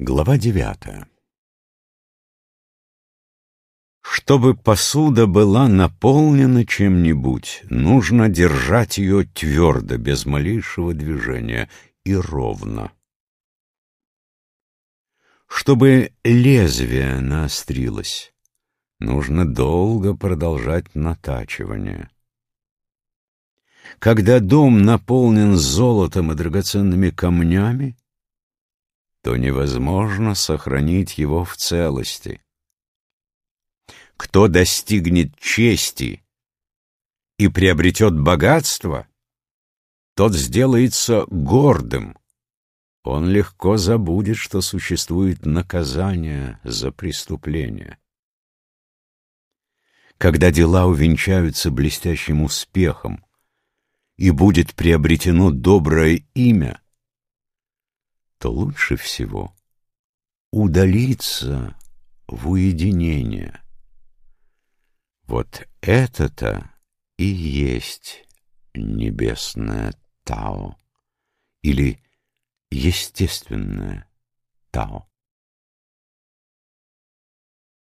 Глава 9. Чтобы посуда была наполнена чем-нибудь, нужно держать ее твердо, без малейшего движения, и ровно. Чтобы лезвие наострилось, нужно долго продолжать натачивание. Когда дом наполнен золотом и драгоценными камнями, то невозможно сохранить его в целости. Кто достигнет чести и приобретет богатство, тот сделается гордым. Он легко забудет, что существует наказание за преступление. Когда дела увенчаются блестящим успехом и будет приобретено доброе имя, то лучше всего удалиться в уединение. Вот это-то и есть небесное Тао или естественное Тао.